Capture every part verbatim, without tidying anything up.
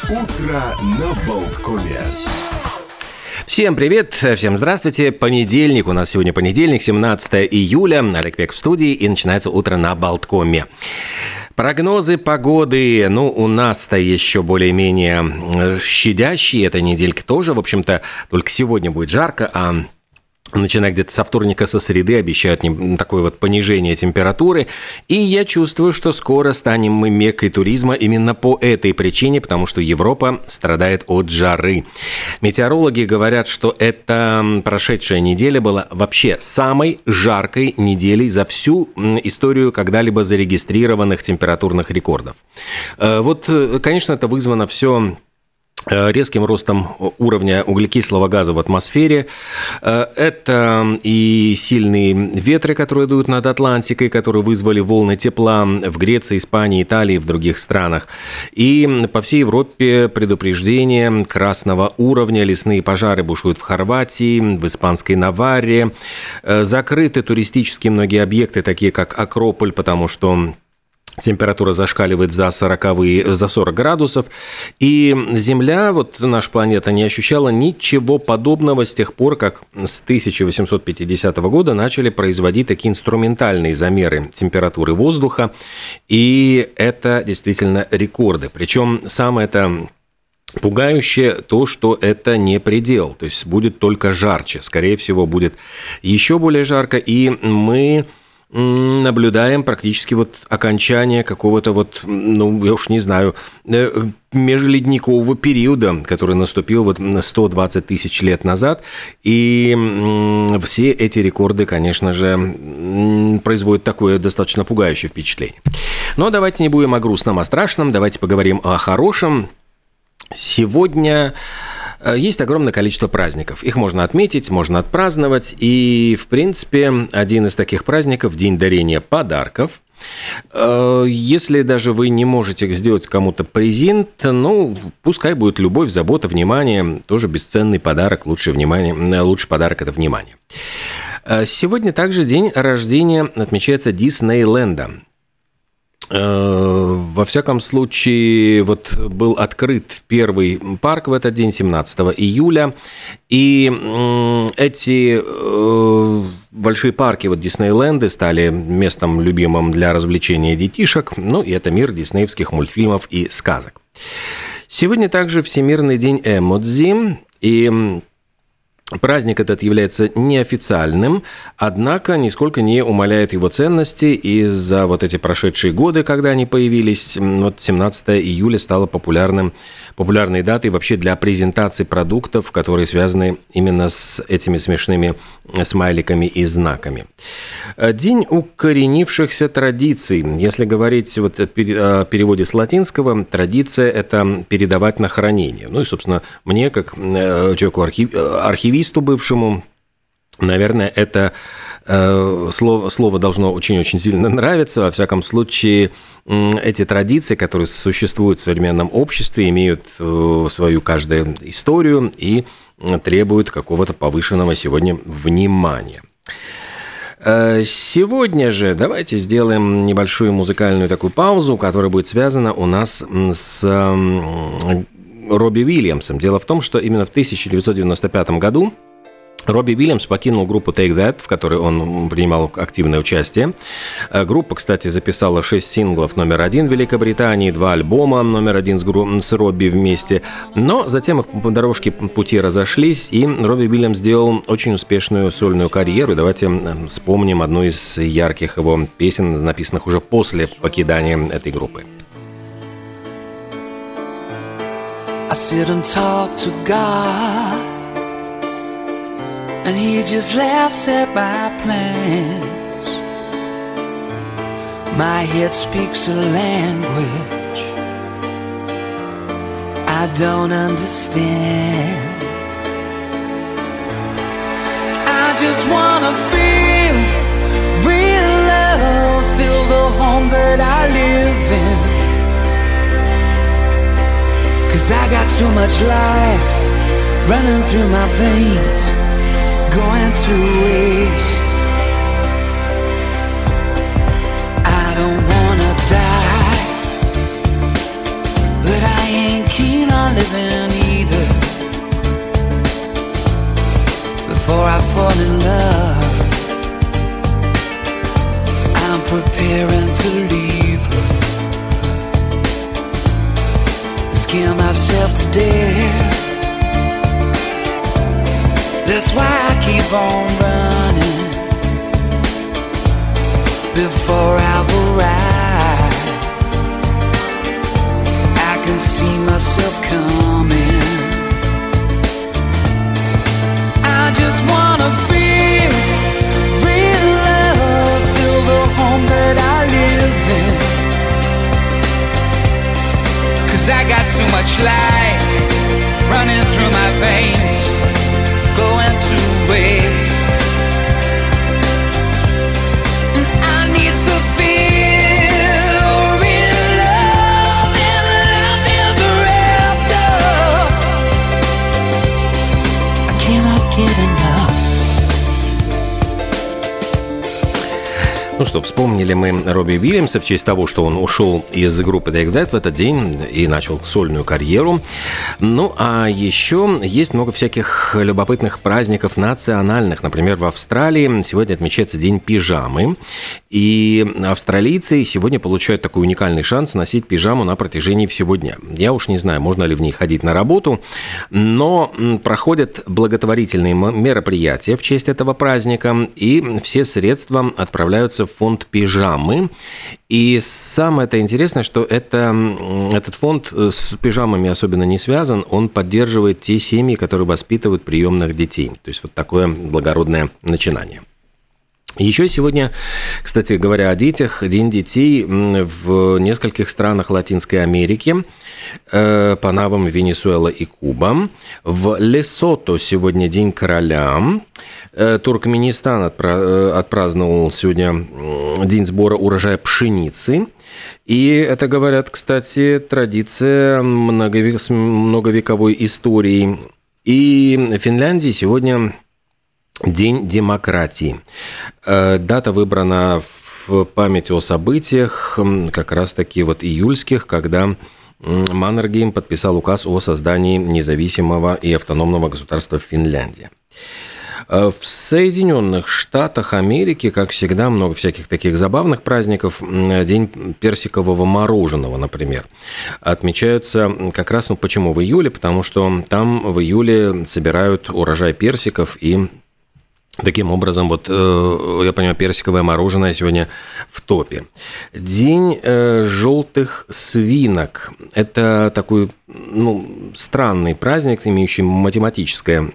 Утро на Болткоме. Всем привет, всем здравствуйте. Понедельник, у нас сегодня понедельник, семнадцатое июля. Олег Пек в студии, и начинается утро на Болткоме. Прогнозы погоды, ну, у нас-то еще более-менее щадящие. Этой недельки тоже, в общем-то, только сегодня будет жарко, а начиная где-то со вторника, со среды обещают такое вот понижение температуры. И я чувствую, что скоро станем мы меккой туризма именно по этой причине, потому что Европа страдает от жары. Метеорологи говорят, что эта прошедшая неделя была вообще самой жаркой неделей за всю историю когда-либо зарегистрированных температурных рекордов. Вот, конечно, это вызвано все резким ростом уровня углекислого газа в атмосфере. Это и сильные ветры, которые дуют над Атлантикой, которые вызвали волны тепла в Греции, Испании, Италии и в других странах. И по всей Европе предупреждение красного уровня. Лесные пожары бушуют в Хорватии, в испанской Наварре. Закрыты туристические многие объекты, такие как Акрополь, потому что температура зашкаливает за, сороковые, за сорок градусов, и Земля, вот наша планета, не ощущала ничего подобного с тех пор, как с тысяча восемьсот пятидесятого года начали производить такие инструментальные замеры температуры воздуха, и это действительно рекорды. Причем самое это пугающее то, что это не предел, то есть будет только жарче, скорее всего, будет еще более жарко, и мы наблюдаем практически вот окончание какого-то вот, ну, я уж не знаю, межледникового периода, который наступил вот сто двадцать тысяч лет назад, и все эти рекорды, конечно же, производят такое достаточно пугающее впечатление. Но давайте не будем о грустном, о страшном, давайте поговорим о хорошем. Сегодня есть огромное количество праздников. Их можно отметить, можно отпраздновать. И, в принципе, один из таких праздников – День дарения подарков. Если даже вы не можете сделать кому-то презент, ну, пускай будет любовь, забота, внимание. Тоже бесценный подарок. Лучшее внимание, лучший подарок – это внимание. Сегодня также день рождения отмечается Диснейленда. Во всяком случае, вот был открыт первый парк в этот день, семнадцатого июля, и эти большие парки, вот Диснейленды, стали местом любимым для развлечения детишек, ну и это мир диснеевских мультфильмов и сказок. Сегодня также Всемирный день эмодзи, и праздник этот является неофициальным, однако нисколько не умаляет его ценности, и за вот эти прошедшие годы, когда они появились, вот семнадцатого июля стало популярным, популярной датой вообще для презентации продуктов, которые связаны именно с этими смешными смайликами и знаками. День укоренившихся традиций. Если говорить вот о переводе с латинского, традиция – это передавать на хранение. Ну и, собственно, мне, как человеку архивисту бывшему, наверное, это э, слово, слово должно очень-очень сильно нравиться. Во всяком случае, э, эти традиции, которые существуют в современном обществе, имеют э, свою каждую историю и требуют какого-то повышенного сегодня внимания. Сегодня же давайте сделаем небольшую музыкальную такую паузу, которая будет связана у нас с Робби Уильямсом. Дело в том, что именно в тысяча девятьсот девяносто пятом году Робби Уильямс покинул группу Take That, в которой он принимал активное участие. Группа, кстати, записала шесть синглов номер один в Великобритании, два альбома номер один с, Гру... с Робби вместе. Но затем по дорожке пути разошлись, и Робби Уильямс сделал очень успешную сольную карьеру. Давайте вспомним одну из ярких его песен, написанных уже после покидания этой группы. I sit and talk to God, and He just laughs at my plans. My head speaks a language I don't understand. I just wanna feel real love, feel the home that I live in. 'Cause I got too much life running through my veins, going to waste. I don't wanna die, but I ain't keen on in love. I'm preparing to leave her. Scare myself to death. That's why I keep on running before I've arrived. I can see myself coming. I just wanna feel real love, feel the home that I live in. 'Cause I got too much life running through my veins, going to waste. And I need to feel real love and love ever after. I cannot get enough. Ну что, вспомнили мы Робби Уильямса в честь того, что он ушел из группы Take That в этот день и начал сольную карьеру. Ну, а еще есть много всяких любопытных праздников национальных. Например, в Австралии сегодня отмечается День пижамы. И австралийцы сегодня получают такой уникальный шанс носить пижаму на протяжении всего дня. Я уж не знаю, можно ли в ней ходить на работу, но проходят благотворительные мероприятия в честь этого праздника, и все средства отправляются в фонд пижамы. И самое это интересное, что это, этот фонд с пижамами особенно не связан, он поддерживает те семьи, которые воспитывают приемных детей. То есть вот такое благородное начинание. Еще сегодня, кстати говоря, о детях, День детей в нескольких странах Латинской Америки, Панама, Венесуэла и Куба. В Лесото сегодня День короля. Туркменистан отпраздновал сегодня День сбора урожая пшеницы. И это, говорят, кстати, традиция с многовековой историей. И в Финляндии сегодня День демократии. Дата выбрана в память о событиях, как раз-таки вот июльских, когда Маннергейм подписал указ о создании независимого и автономного государства Финляндия. В Соединенных Штатах Америки, как всегда, много всяких таких забавных праздников. День персикового мороженого, например, отмечаются как раз, ну почему в июле? Потому что там в июле собирают урожай персиков, и таким образом, вот, я понимаю, персиковое мороженое сегодня в топе. День желтых свинок. Это такой, ну, странный праздник, имеющий математическое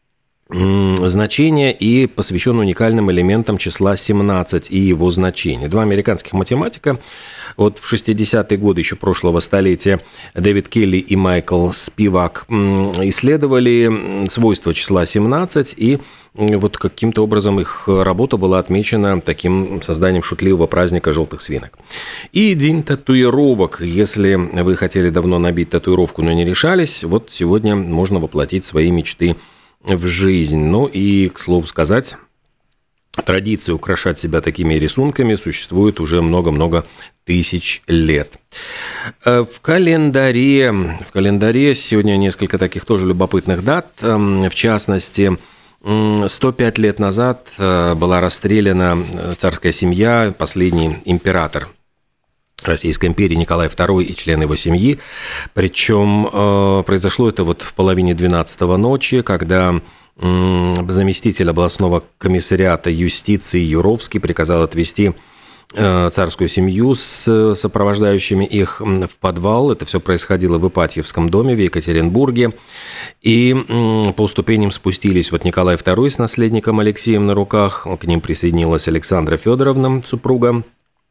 значение и посвящен уникальным элементам числа семнадцать и его значению. Два американских математика вот в шестидесятые годы еще прошлого столетия, Дэвид Келли и Майкл Спивак, исследовали свойства числа семнадцать, и вот каким-то образом их работа была отмечена таким созданием шутливого праздника желтых свинок. И день татуировок. Если вы хотели давно набить татуировку, но не решались, вот сегодня можно воплотить свои мечты в жизнь. Ну и, к слову сказать, традиция украшать себя такими рисунками существует уже много-много тысяч лет. В календаре, в календаре сегодня несколько таких тоже любопытных дат. В частности, сто пять лет назад была расстреляна царская семья, последний император Российской империи Николай второй и члены его семьи. Причем э, произошло это вот в половине двенадцатого ночи, когда э, заместитель областного комиссариата юстиции Юровский приказал отвезти э, царскую семью с сопровождающими их в подвал. Это все происходило в Ипатьевском доме в Екатеринбурге. И э, по ступеням спустились вот Николай второй с наследником Алексеем на руках. К ним присоединилась Александра Федоровна, супруга.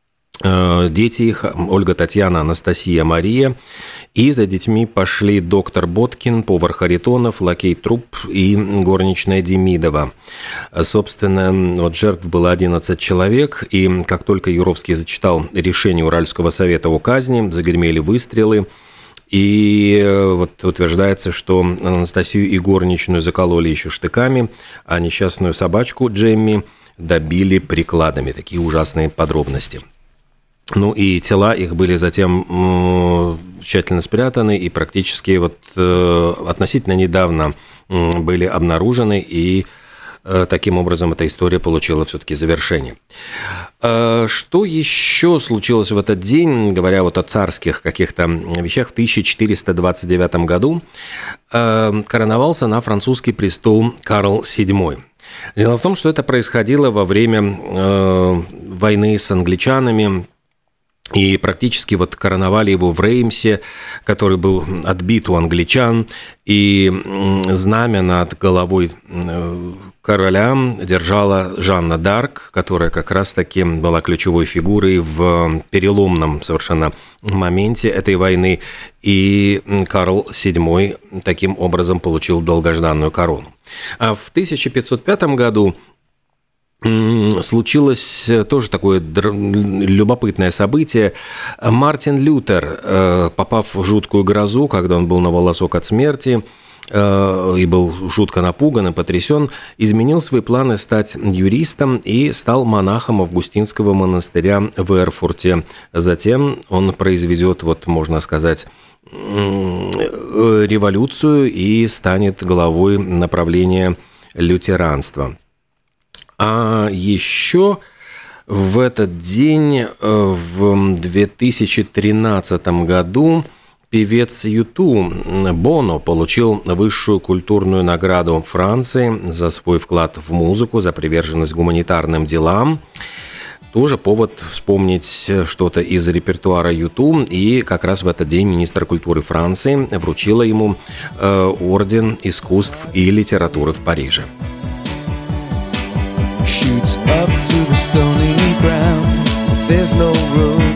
Дети их, Ольга, Татьяна, Анастасия, Мария. И за детьми пошли доктор Боткин, повар Харитонов, лакей Труп и горничная Демидова. Собственно, вот жертв было одиннадцать человек, и как только Юровский зачитал решение Уральского совета о казни, загремели выстрелы. И вот утверждается, что Анастасию и горничную закололи еще штыками, а несчастную собачку Джемми добили прикладами. Такие ужасные подробности. Ну и тела их были затем э, тщательно спрятаны и практически вот э, относительно недавно э, были обнаружены, и таким образом эта история получила все-таки завершение. Что еще случилось в этот день, говоря вот о царских каких-то вещах, в тысяча четыреста двадцать девятом году короновался на французский престол Карл седьмой. Дело в том, что это происходило во время э, войны с англичанами, и практически вот короновали его в Реймсе, который был отбит у англичан, и знамя над головой короля держала Жанна д'Арк, которая как раз-таки была ключевой фигурой в переломном совершенно моменте этой войны, и Карл седьмой таким образом получил долгожданную корону. А в тысяча пятьсот пятом году случилось тоже такое любопытное событие. Мартин Лютер, попав в жуткую грозу, когда он был на волосок от смерти и был жутко напуган и потрясен, изменил свои планы стать юристом и стал монахом Августинского монастыря в Эрфурте. Затем он произведет, вот можно сказать, революцию и станет главой направления лютеранства. А еще в этот день, в две тысячи тринадцатом году, певец ю ту Боно получил высшую культурную награду Франции за свой вклад в музыку, за приверженность гуманитарным делам. Тоже повод вспомнить что-то из репертуара ю ту, и как раз в этот день министр культуры Франции вручила ему орден искусств и литературы в Париже. Shoots up through the stony ground. There's no room,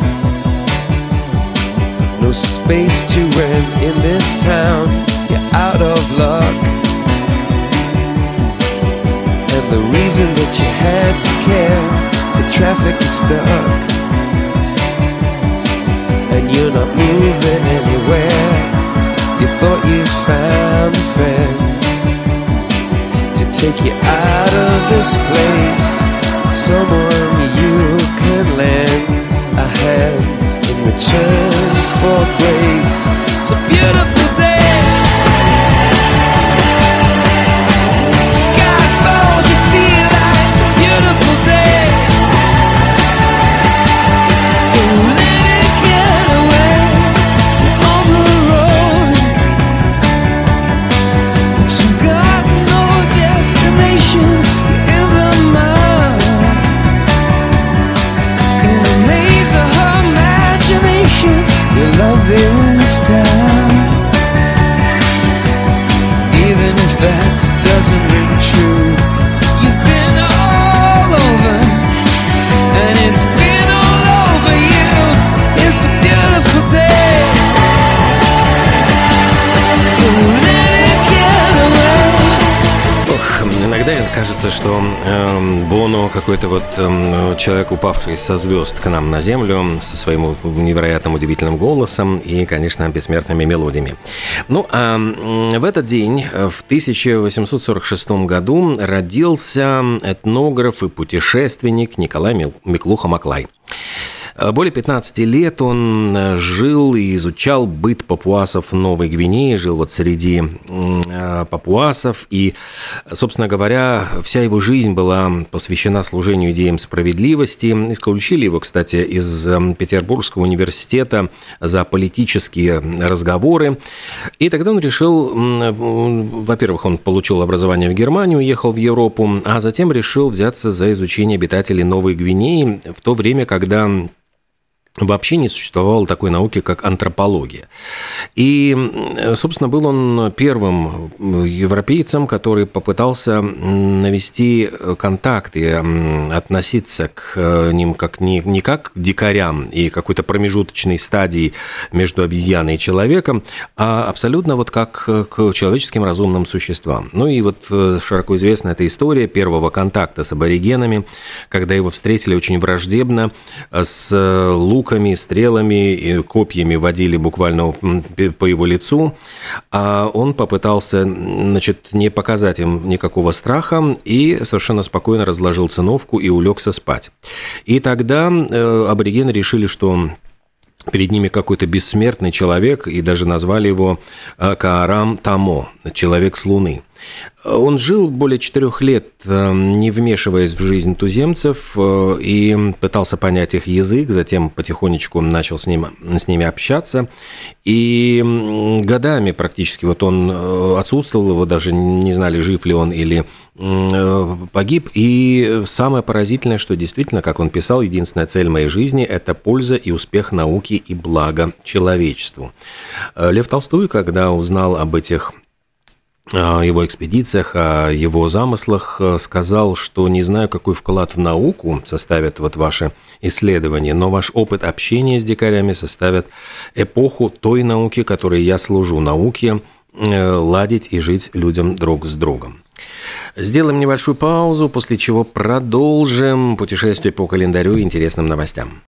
no space to rent in this town. You're out of luck, and the reason that you had to care, the traffic is stuck, and you're not moving anywhere. You thought you found a friend take you out of this place, someone you can lend a hand in return for grace. It's a beautiful day, sky falls, you feel like it's a beautiful day, to let it get away on the road, but you got no destination in the mud, in the maze of her imagination. Your love is down, even if that doesn't ring true. You've been all over, and it's been all over you. It's a beautiful day, to let it get away. Ох, иногда кажется, что э, Боно какой-то вот э, человек, упавший со звезд к нам на землю, со своим невероятным удивительным голосом и, конечно, бессмертными мелодиями. Ну, а э, в этот день, в тысяча восемьсот сорок шестом году, родился этнограф и путешественник Николай Миклуха-Маклай. Более пятнадцати лет он жил и изучал быт папуасов Новой Гвинеи, жил вот среди папуасов, и, собственно говоря, вся его жизнь была посвящена служению идеям справедливости. Исключили его, кстати, из Петербургского университета за политические разговоры, и тогда он решил, во-первых, он получил образование в Германии, уехал в Европу, а затем решил взяться за изучение обитателей Новой Гвинеи в то время, когда вообще не существовало такой науки, как антропология. И, собственно, был он первым европейцем, который попытался навести контакт и относиться к ним как не, не как к дикарям и какой-то промежуточной стадии между обезьяной и человеком, а абсолютно вот как к человеческим разумным существам. Ну и вот широко известна эта история первого контакта с аборигенами, когда его встретили очень враждебно, с луками, стрелами и копьями водили буквально по его лицу, а он попытался, значит, не показать им никакого страха и совершенно спокойно разложил циновку и улегся спать. И тогда аборигены решили, что перед ними какой-то бессмертный человек, и даже назвали его Каарам Тамо, человек с Луны. Он жил более четырех лет, не вмешиваясь в жизнь туземцев, и пытался понять их язык, затем потихонечку начал с, ним, с ними общаться. И годами практически вот он отсутствовал, его даже не знали, жив ли он или погиб. И самое поразительное, что действительно, как он писал, единственная цель моей жизни – это польза и успех науки и благо человечеству. Лев Толстой, когда узнал об этих о его экспедициях, о его замыслах, сказал, что не знаю, какой вклад в науку составят вот ваши исследования, но ваш опыт общения с дикарями составит эпоху той науки, которой я служу, науке ладить и жить людям друг с другом. Сделаем небольшую паузу, после чего продолжим путешествие по календарю и интересным новостям.